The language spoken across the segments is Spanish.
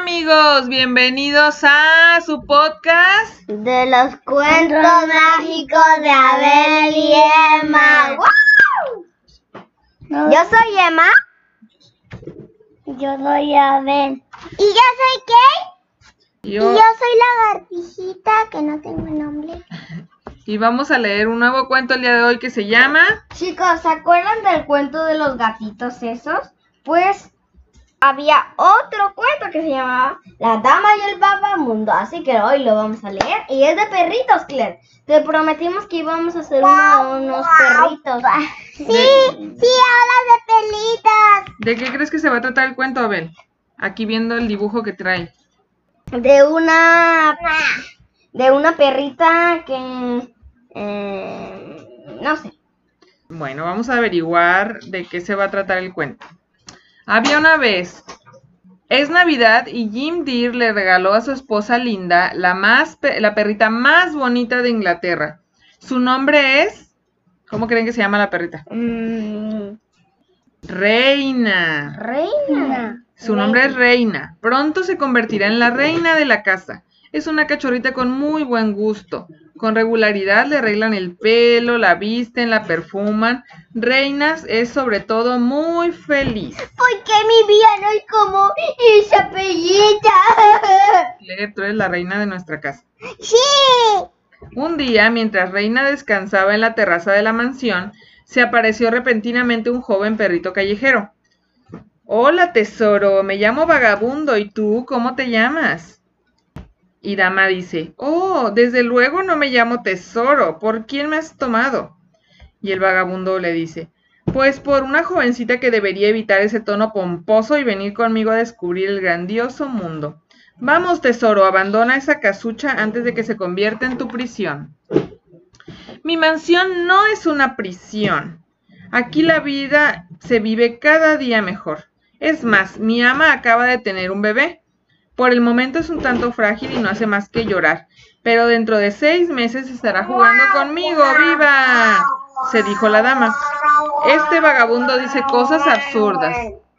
amigos, bienvenidos a su podcast de los cuentos mágicos de Abel y Emma. ¡Wow! Yo soy Emma. Yo soy Abel. ¿Y yo soy qué? Y yo soy Lagartijita, que no tengo nombre. Y vamos a leer un nuevo cuento el día de hoy que se llama... Chicos, ¿se acuerdan del cuento de los gatitos esos? Pues había otro cuento que se llamaba La Dama y el Vagabundo, así que hoy lo vamos a leer. Y es de perritos, Claire. Te prometimos que íbamos a hacer unos perritos. Sí, habla de pelitas. ¿De qué crees que se va a tratar el cuento, Abel? Aquí viendo el dibujo que trae. De una perrita que... no sé. Bueno, vamos a averiguar de qué se va a tratar el cuento. Había una vez, es Navidad y Jim Deere le regaló a su esposa Linda la perrita más bonita de Inglaterra. Su nombre es... ¿Cómo creen que se llama la perrita? Reina. Reina. Su nombre es Reina. Pronto se convertirá en la reina de la casa. Es una cachorrita con muy buen gusto. Con regularidad le arreglan el pelo, la visten, la perfuman. Reina es sobre todo muy feliz. ¿Por qué mi vida no es como esa perrita? Claire, tú eres la reina de nuestra casa. Sí. Un día, mientras Reina descansaba en la terraza de la mansión, se apareció repentinamente un joven perrito callejero. Hola, tesoro, me llamo Vagabundo, ¿y tú cómo te llamas? Y Dama dice, oh, desde luego no me llamo Tesoro, ¿por quién me has tomado? Y el Vagabundo le dice, pues por una jovencita que debería evitar ese tono pomposo y venir conmigo a descubrir el grandioso mundo. Vamos, tesoro, abandona esa casucha antes de que se convierta en tu prisión. Mi mansión no es una prisión. Aquí la vida se vive cada día mejor. Es más, mi ama acaba de tener un bebé. Por el momento es un tanto frágil y no hace más que llorar, pero dentro de 6 meses estará jugando conmigo. ¡Viva!, se dijo la dama. Este vagabundo dice cosas absurdas.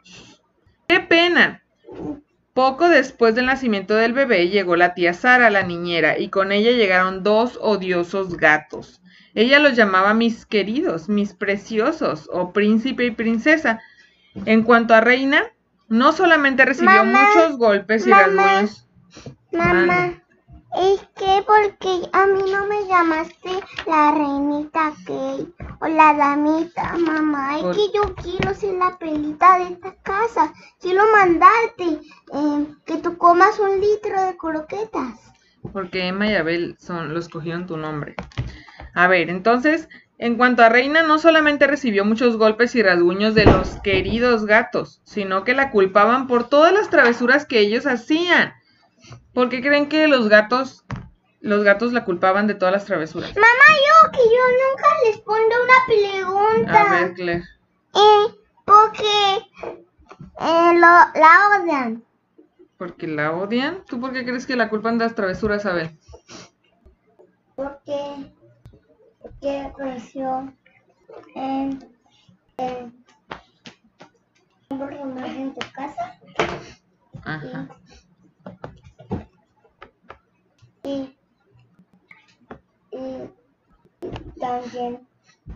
¡Qué pena! Poco después del nacimiento del bebé llegó la tía Sara, la niñera, y con ella llegaron 2 odiosos gatos. Ella los llamaba mis queridos, mis preciosos, o príncipe y princesa. En cuanto a Reina, no solamente recibió muchos golpes y rasguños. Mamá, es que porque a mí no me llamaste la reinita Kate o la damita, mamá. Es que yo quiero ser la pelita de esta casa. Quiero mandarte que tú comas 1 litro de croquetas. Porque Emma y Abel los cogieron tu nombre. A ver, entonces, en cuanto a Reina, no solamente recibió muchos golpes y rasguños de los queridos gatos, sino que la culpaban por todas las travesuras que ellos hacían. ¿Por qué creen que los gatos la culpaban de todas las travesuras? Mamá, yo nunca les pongo una pregunta. A ver, Claire. Porque la odian. ¿Porque la odian? ¿Tú por qué crees que la culpan de las travesuras, Abel? Porque creció en un personaje en tu casa. Ajá. Y también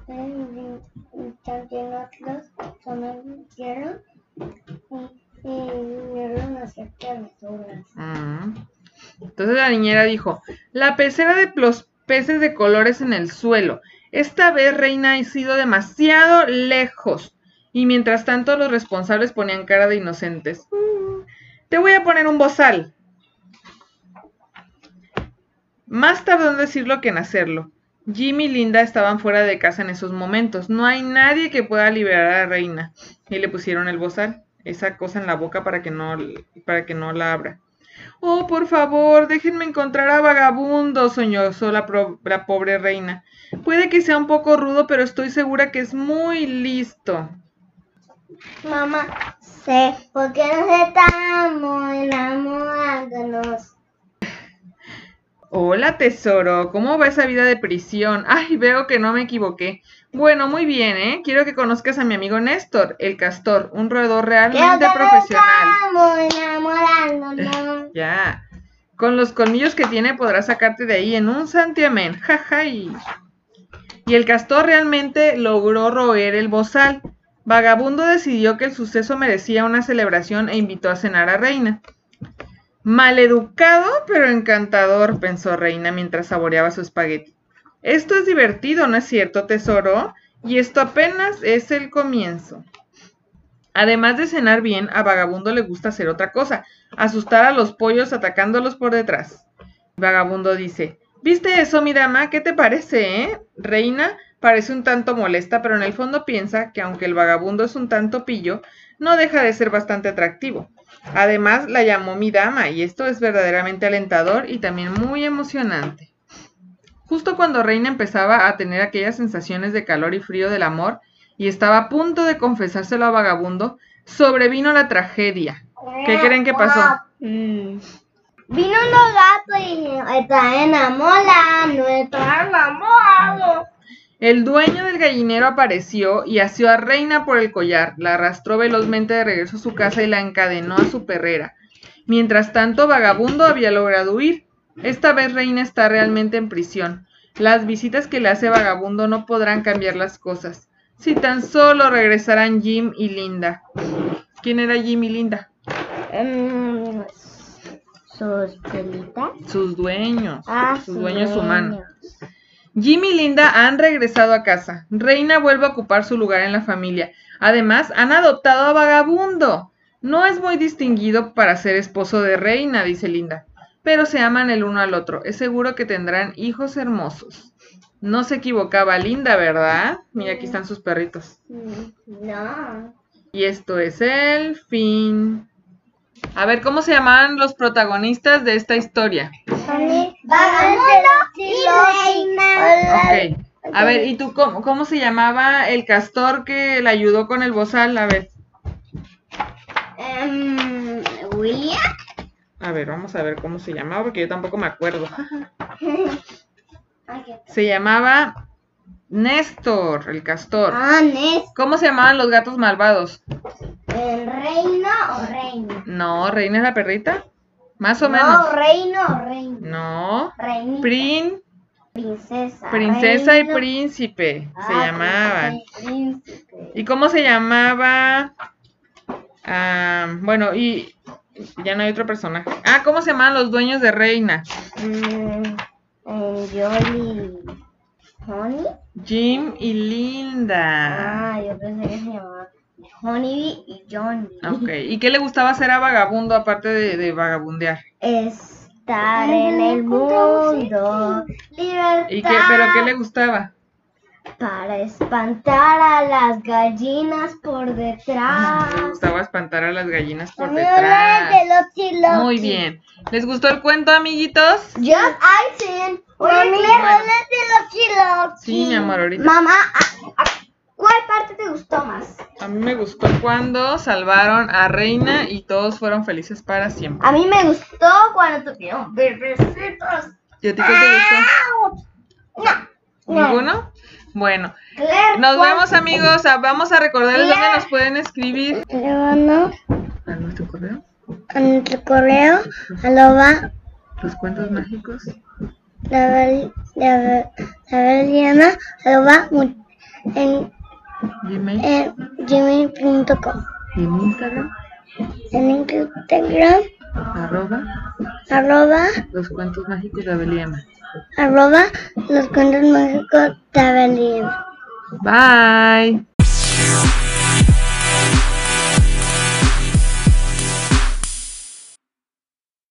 otros conocieron y vinieron a hacer travesuras. Entonces la niñera dijo, la pecera de los peces de colores en el suelo. Esta vez Reina ha ido demasiado lejos. Y mientras tanto los responsables ponían cara de inocentes. Te voy a poner un bozal. Más tardó en decirlo que en hacerlo. Jim y Linda estaban fuera de casa en esos momentos. No hay nadie que pueda liberar a Reina. Y le pusieron el bozal, esa cosa en la boca para que no la abra. Oh, por favor, déjenme encontrar a Vagabundo, sollozó la pobre Reina. Puede que sea un poco rudo, pero estoy segura que es muy listo. Mamá, sé por qué nos estamos enamorándonos. Hola, tesoro. ¿Cómo va esa vida de prisión? Ay, veo que no me equivoqué. Bueno, muy bien, ¿eh? Quiero que conozcas a mi amigo Néstor, el castor, un roedor realmente profesional. Enamorándonos. Ya. Con los colmillos que tiene podrás sacarte de ahí en un santiamén. Jaja. Y el castor realmente logró roer el bozal. Vagabundo decidió que el suceso merecía una celebración e invitó a cenar a Reina. Maleducado, pero encantador, pensó Reina mientras saboreaba su espagueti. Esto es divertido, ¿no es cierto, tesoro? Y esto apenas es el comienzo. Además de cenar bien, a Vagabundo le gusta hacer otra cosa, asustar a los pollos atacándolos por detrás. Vagabundo dice, ¿viste eso, mi dama? ¿Qué te parece, eh? Reina parece un tanto molesta, pero en el fondo piensa que aunque el vagabundo es un tanto pillo, no deja de ser bastante atractivo. Además, la llamó mi dama, y esto es verdaderamente alentador y también muy emocionante. Justo cuando Reina empezaba a tener aquellas sensaciones de calor y frío del amor, y estaba a punto de confesárselo a Vagabundo, sobrevino la tragedia. ¿Qué creen que pasó? Vino un gato y está enamorado, no está enamorado. El dueño del gallinero apareció y asió a Reina por el collar, la arrastró velozmente de regreso a su casa y la encadenó a su perrera. Mientras tanto, Vagabundo había logrado huir. Esta vez Reina está realmente en prisión. Las visitas que le hace Vagabundo no podrán cambiar las cosas. Si tan solo regresaran Jim y Linda. ¿Quién era Jim y Linda? ¿Sus pelitas? Sus dueños. Ah, sus dueños humanos. Jim y Linda han regresado a casa. Reina vuelve a ocupar su lugar en la familia. Además, han adoptado a Vagabundo. No es muy distinguido para ser esposo de Reina, dice Linda. Pero se aman el uno al otro. Es seguro que tendrán hijos hermosos. No se equivocaba Linda, ¿verdad? Mira, aquí están sus perritos. No. Y esto es el fin. A ver, ¿cómo se llamaban los protagonistas de esta historia? Vagabundo y Reina. Ok. A ver, ¿y tú cómo se llamaba el castor que le ayudó con el bozal? A ver. William. A ver, vamos a ver cómo se llamaba, porque yo tampoco me acuerdo. Se llamaba Néstor, el castor. Ah, Néstor. ¿Cómo se llamaban los gatos malvados? ¿Reina o Reina? No, ¿Reina es la perrita? Más o No, menos. Reina o Reina. No. Reinita. Princesa. Princesa Reina. y príncipe se Ah, llamaban. princesa y príncipe. ¿Y cómo se llamaba? Bueno, y ya no hay otro personaje. ¿Cómo se llamaban los dueños de Reina? Jolly. ¿Honey? Jim y Linda. Yo pensé que se llamaba Honey y Johnny. Ok, ¿y qué le gustaba hacer a Vagabundo aparte de vagabundear? Estar en el mundo. Libertad. ¿Pero qué le gustaba? Para espantar a las gallinas por detrás. Le gustaba espantar a las gallinas por Amigo detrás. de los chilotes. Muy bien. ¿Les gustó el cuento, amiguitos? Just icing. Mami, de los chilotes. Sí, mi amor, ahorita. Mamá, ¿cuál parte te gustó más? A mí me gustó cuando salvaron a Reina y todos fueron felices para siempre. A mí me gustó cuando tuvieron bebecitos. ¿Y a ti qué te gustó? No. ¿Ninguno? Bueno, Claire, nos vemos, amigos. Vamos a recordarles dónde nos pueden escribir. Escríbanos ¿A nuestro correo? a nuestro correo Los cuentos mágicos. @gmail.com Gmail. gmail.com. Y en Instagram. En Instagram @ los cuentos mágicos de Abeliana. @los cuentos mágicos de Abeliana. Bye.